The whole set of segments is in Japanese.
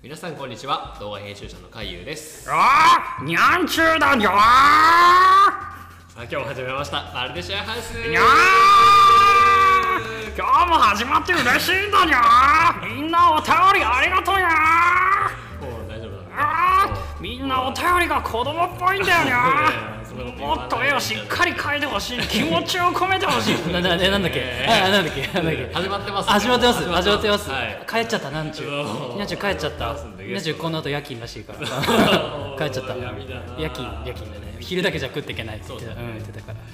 皆さんこんにちは。動画編集者の海優です。 にゃんちゅうだにゃー。 今日も始めましたまるでシェアハウス。 にゃー、今日も始まって嬉しいんだにゃー。みんなお便りありがとうにゃー。 もう大丈夫だ。 みんなお便りが子供っぽいんだよにゃー。もっと絵をしっかり描いてほしい。気持ちを込めてほしい。なんだっけ始まってます。 始まってます。帰っちゃったなんちゅう。にゃんちゅう帰っちゃった。にゃんちゅうこの後夜勤らしいから帰っちゃった。夜勤だね。昼だけじゃ食っていけないって言ってたから。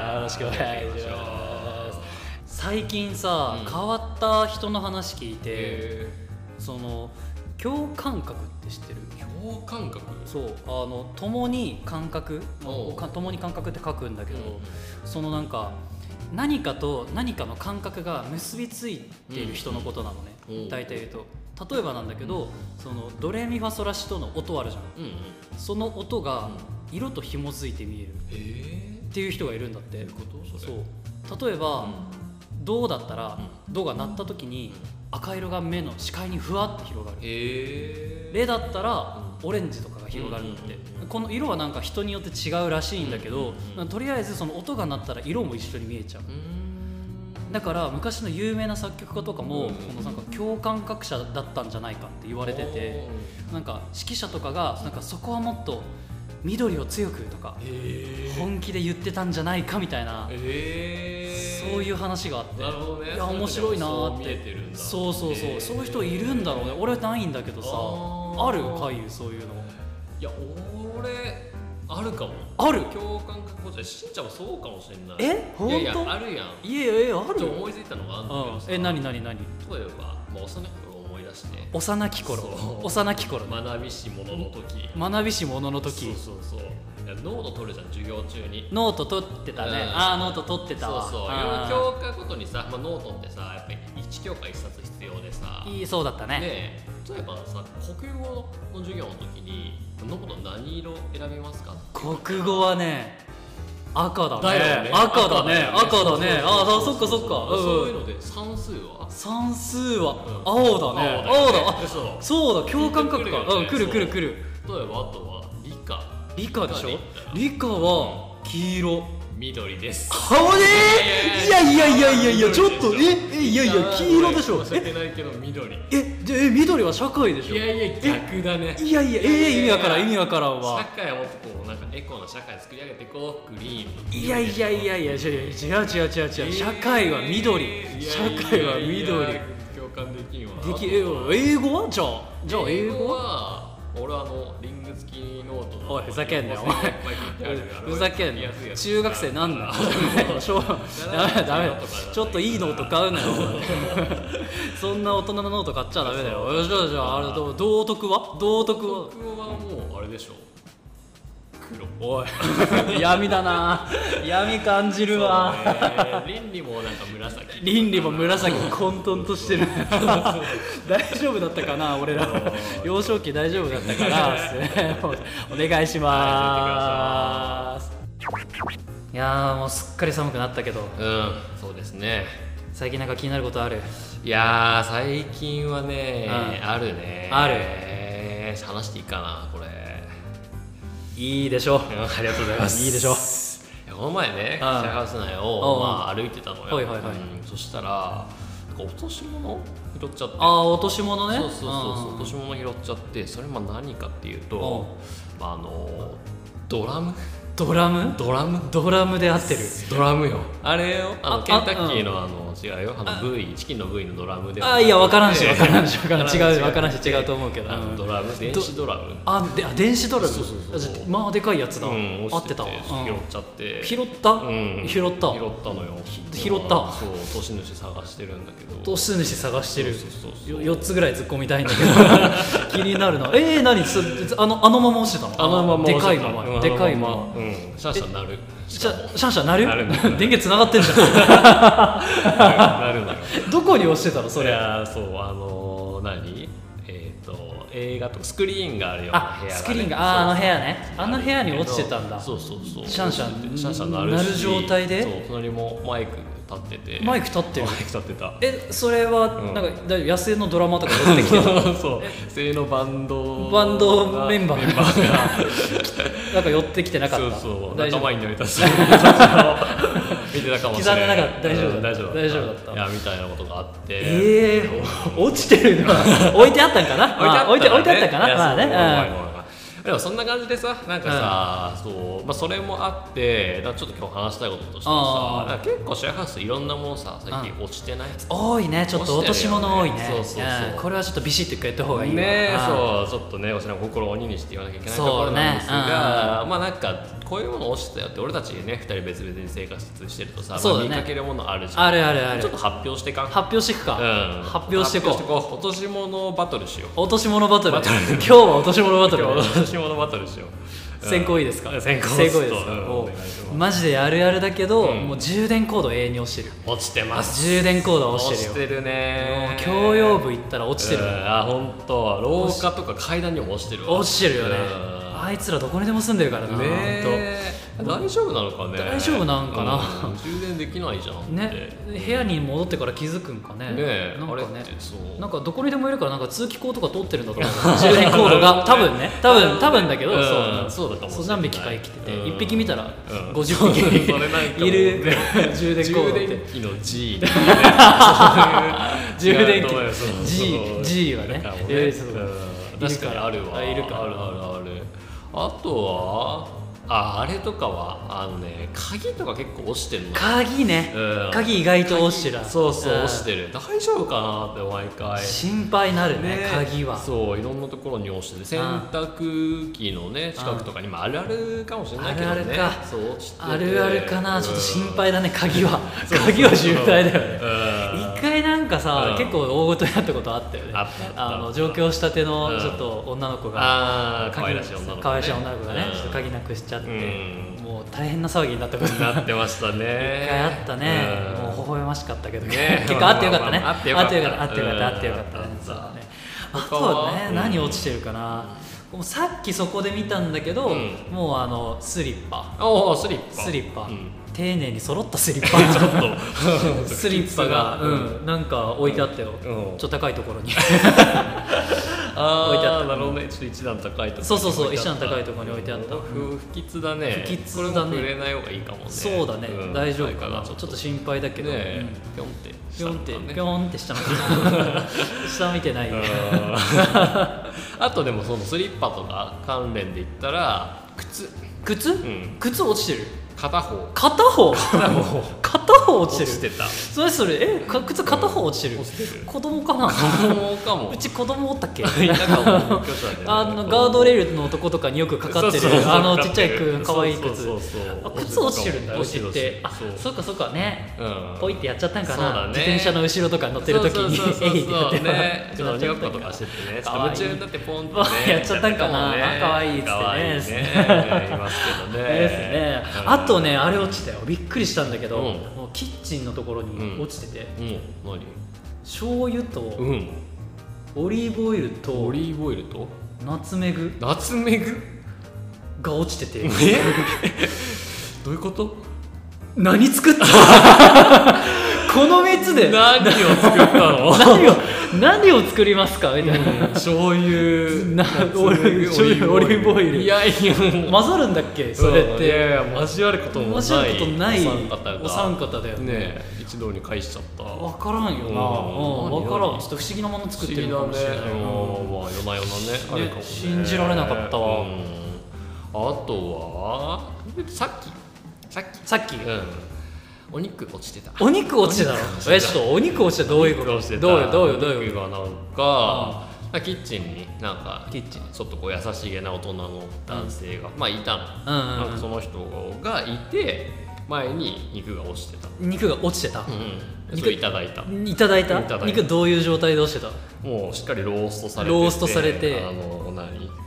よろしくお願いします。最近さ、変わった人の話聞いて、その共感覚って知ってる？ 共感覚？ そう、共に感覚って書くんだけど、そのなんか何かと何かの感覚が結びついている人のことなのね、大体言うと。例えばなんだけど、そのドレミファソラシドの音あるじゃん、その音が色と紐づいて見えるっていう人がいるんだって。そう、例えば、ドだったら、ドが鳴った時に赤色が目の視界にふわって広がる。レだったらオレンジとかが広がるんだって。この色はなんか人によって違うらしいんだけど、とりあえずその音が鳴ったら色も一緒に見えちゃう。だから昔の有名な作曲家とかもこのなんか共感覚者だったんじゃないかって言われてて、なんか指揮者とかがなんかそこはもっと緑を強くとか本気で言ってたんじゃないかみたいな、そういう話があって、いや面白いなーって。そういう人いるんだろうね。俺はないんだけどさ、ある海優そういうの？ いや俺あるかも。 ある？ 共感覚者、しんちゃんもそうかもしれない。 本当？ いやあるやん。 ある？ 思いついたのがあるんだけどさ。 何？例えば、幼い頃思い出して。 幼き頃ね。 学びし者の時。そう。ノート取るじゃん、授業中に。 ノート取ってたね。ノート取ってたわ。 そう。いろいろ教科ごとにさ、ノートってさ、やっぱり1教科1冊必要でさ。 そうだったね。 で、例えばさ、国語の授業の時にノート何色選びますか？ 国語はね、赤だね。 赤だね。 そっか。 そういうので算数は青だね。青だ。そうだ、共感覚か。来る。 例えばあとは理科でしょ。理科は黄色、 緑です。 いやちょっと黄色でしょ。 教えてないけど緑。 緑は社会でしょ。 いや逆だね。 意味わからんわ。 社会をもっとこうなんかエコな社会作り上げていこう。グリーン。 いや違う。社会は緑。 共感できんわ。 英語はじゃあ英語は俺リング付きノートの。 おいふざけんなよお前。ふざけんなよ。中学生なんだ。ダメだ。ちょっといいノート買うなよ。そんな大人のノート買っちゃダメだよ。じゃあ道徳はもうあれでしょ。黒。 おい闇だな。闇感じるわ。 倫理もなんか紫。混沌としてる。大丈夫だったかな、俺ら幼少期大丈夫だったかな。お願いします。いやーもうすっかり寒くなったけど。 そうですね。 最近なんか気になることある？ いやー最近はね、あるね。話していいかなこれ。 いいでしょう。 ありがとうございます。 いいでしょう。 この前ね、シェアハウス内を歩いてたのよ。そしたら落とし物拾っちゃって。 落とし物ね。 そう落とし物拾っちゃって、それ何かっていうと、ドラムで合ってる。ドラムよ。あれよ。ケンタッキーの違うよ。チキンの部位のドラムで。 いや分からんし違うと思うけど。 ドラム、電子ドラム。 電子ドラム。まあでかいやつだ。 合ってたわ。 拾っちゃって。 拾ったのよ。 そう、落とし主探してるんだけど。 落とし主探してる。4つぐらい突っ込みたいんだけど。気になるな。何？あのまま落ちてたの？でかいまま。 シャンシャン鳴る。 シャンシャン鳴る？電源つながってんじゃん。 鳴るのよ。 どこに押してたのそれ？ いやそう映画とかスクリーンがあるような部屋が、ね、 スクリーンがあの部屋ね、あの部屋に落ちてたんだ。 そうそうそう、 シャンシャンシャンシャン鳴るるし、 状態で、 そう隣もマイク立ってて、 マイク立ってる、 マイク立ってた。 それはなんか大丈夫、野生のドラマとか寄ってきてるそう生のバンドメンバーがなんか寄ってきてなかった。 そうそう、 大丈夫、 仲間になりたし見てたかもしれない。 刻んでなかった。大丈夫大丈夫大丈夫だった。 いやみたいなことがあって、 落ちてるのは置いてあったんかな置いてあったんかな。まあね、 でもそんな感じでさ、なんかさ、そう、それもあって、ちょっと今日話したいこととしてはさ、結構シェアハウスいろんなものさ、最近落ちてない？ 多いね、ちょっと落とし物多いね。 そうそうそう。 これはちょっとビシッと一回言った方がいいね。そう、ちょっとね、おしら心を鬼にして言わなきゃいけないところなんですが、まあなんかこういうもの落ちてたよって、俺たちね、2人別々に生活してるとさ、見かけるものあるじゃん。 あるあるある。 ちょっと発表していくか。 発表していこう。落とし物バトルしよう。 落とし物バトル。今日は落とし物バトル。 落とし物バトルしよう。 先行いいですか？ 先行いいですか？マジであるあるだけど、もう充電コード永遠に落ちてる。 落ちてます。 充電コード落ちてるよ。 落ちてるね。 もう共用部行ったら落ちてる。 本当。廊下とか階段にも落ちてる。 落ちてるよね。あいつらどこにでも住んでるからな。 大丈夫なのかね。 大丈夫なんかな。 充電できないじゃん。 ね、部屋に戻ってから気づくんかね。なんかね、なんかどこにでもいるから、なんか通気口とか通ってるんだと思う。充電コードが多分ね、多分だけど、 そうだかもしれない。 何匹か生きてて、1匹見たら50匹いる充電コードって。 充電器の G。 充電器 G はね。 確かにあるわ。 いるか。 ある。あとはあれとかは鍵とか結構落ちてるの。 鍵ね、鍵意外と落ちてる。 そう落ちてる。大丈夫かなって毎回心配になるね、鍵は。 そういろんなところに落ちてる。洗濯機のね近くとかにもあるあるかもしれないけどね。 あるあるかな。ちょっと心配だね、鍵は渋滞だよね。一回なんかさ、結構大ごとになったことあったよね。上京したてのちょっと女の子が、 可愛らしい女の子がね、ちょっと鍵なくしちゃって、もう大変な騒ぎになったことになってましたね。 一回あったね。もう微笑ましかったけどね。結構あってよかったね。あってよかったね。あとはね、何落ちてるかな。さっきそこで見たんだけど、もうスリッパ。スリッパ。丁寧に揃ったスリッパ。ちょっとスリッパがなんか置いてあったよ。ちょっと高いところに。置いてあった。 なるほどね。ちょっと一段高いところ。 そう一段高いところに置いてあった。 不吉だね。 不吉だね。 これも触れない方がいいかもね。そうだね。大丈夫かな。ちょっと心配だけど。ぴょんって下見てない。 あとでもそのスリッパとか関連で言ったら靴落ちてる。 片方落ちてる。それ靴片方落ちてる。子供かな。うち子供おったっけ。ガードレールのとことかによくかかってるちっちゃい可愛い靴。靴落ちてるんだ、うちって。そうかね。ポイってやっちゃったんかな。自転車の後ろとか乗ってる時にえいってやってね。 ちょっと鬼ごっことかしててね。夢中になってポンってやっちゃったんかな。可愛いっつってね。 いますけどね。 あとね、あれ落ちたよ。びっくりしたんだけど、もうキッチンのところに落ちてて、醤油とオリーブオイルとナツメグが落ちてて、 どういうこと？ 何作ったこの3つで何を作ったの？ 何を作りますかみたいな。 醤油、 オリーブオイル。 いや混ざるんだっけそれって。 いや交わることもないお三方だよね。 一堂に会しちゃった。 分からんよな。分からん。ちょっと不思議なもの作ってるかもしれない。 夜な夜なね。 信じられなかったわ。 あとはさっきお肉落ちてた。 お肉落ちてたの？ちょっとお肉落ちてどういうこと？どういうがなんかキッチンになんかちょっとこう優しげな大人の男性がいたの。なんかその人がいて前に肉が落ちてた。肉いただいた。肉どういう状態で落ちてた？もうしっかりローストされて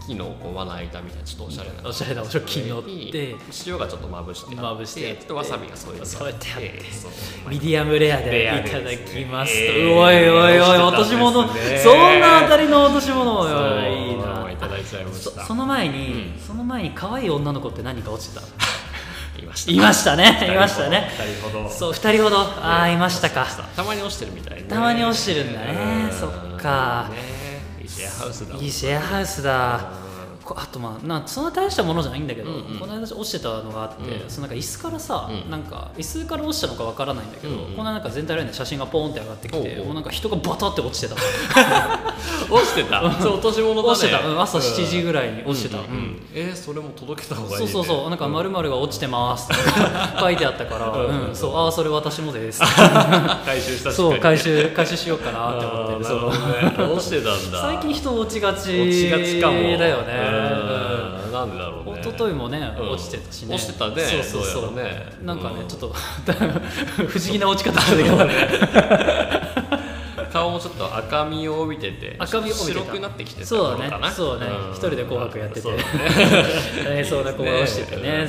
木のこうまな板みたいなちょっとおしゃれなおしゃれな木のって塩がちょっとまぶしてあってわさびが添えてあってミディアムレアでいただきますと、おいおいおい落とし物、そんなあたりの落とし物いいな。 いただいちゃいました。 その前に可愛い女の子って何か落ちてた？ いましたね。 2人ほど。そう、2人ほど。ああ、いましたか。 たまに落ちてるみたいね。 たまに落ちてるんだね。そっか。 いいシェアハウスだ。 いいシェアハウスだ。あとそんな大したものじゃないんだけど、この間落ちてたのがあって、そのなんか椅子からさ、なんか椅子から落ちたのかわからないんだけど、このなんか全体ラインで写真がポーンって上がってきて、もうなんか人がバタって落ちてた。 落ちてた。そう、落とし物だね。 落ちてた。朝7時ぐらいに落ちてた。 それも届けた方がいいね。 そうなんか〇〇が落ちてますって書いてあったから、そう、ああそれ私もです。 回収したし。 そう、回収しようかなって思って。 落ちてたんだ。 最近人落ちがちかもだよね。 なんでだろうね。 一昨日もね落ちてたしね。 落ちてたね。 そうなんかねちょっと不思議な落ち方してたけどね。 顔もちょっと赤みを帯びてて白くなってきてたのかな。 そうね一人で紅白やっててそうな子が落ちててね。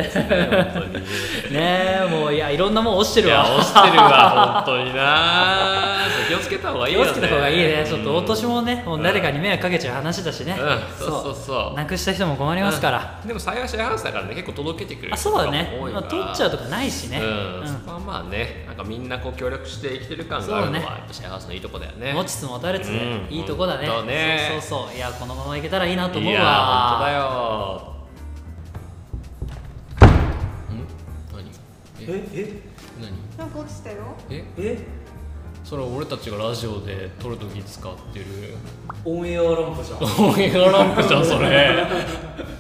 ねもういろんなもん落ちてるわ。 落ちてるわ本当にな。気をつけた方がいいよね。 気をつけた方がいいね。ちょっと落としもねもう誰かに迷惑かけちゃう話だしね。 そうなくした人も困りますから。 でも幸いシェアハウスだからね結構届けてくれる。 そうだね。取っちゃうとかないしね。 そこはまあねなんかみんなこう協力して生きてる感があるのはやっぱシェアハウスのいいとこだよね。 持ちつ持たれつねいいとこだね。そういやこのままいけたらいいなと思うわ。 いや本当だよ。何なんか落ちたよ。 それは俺たちがラジオで撮るとき使ってるオンエアランプじゃん。 オンエアランプじゃんそれ。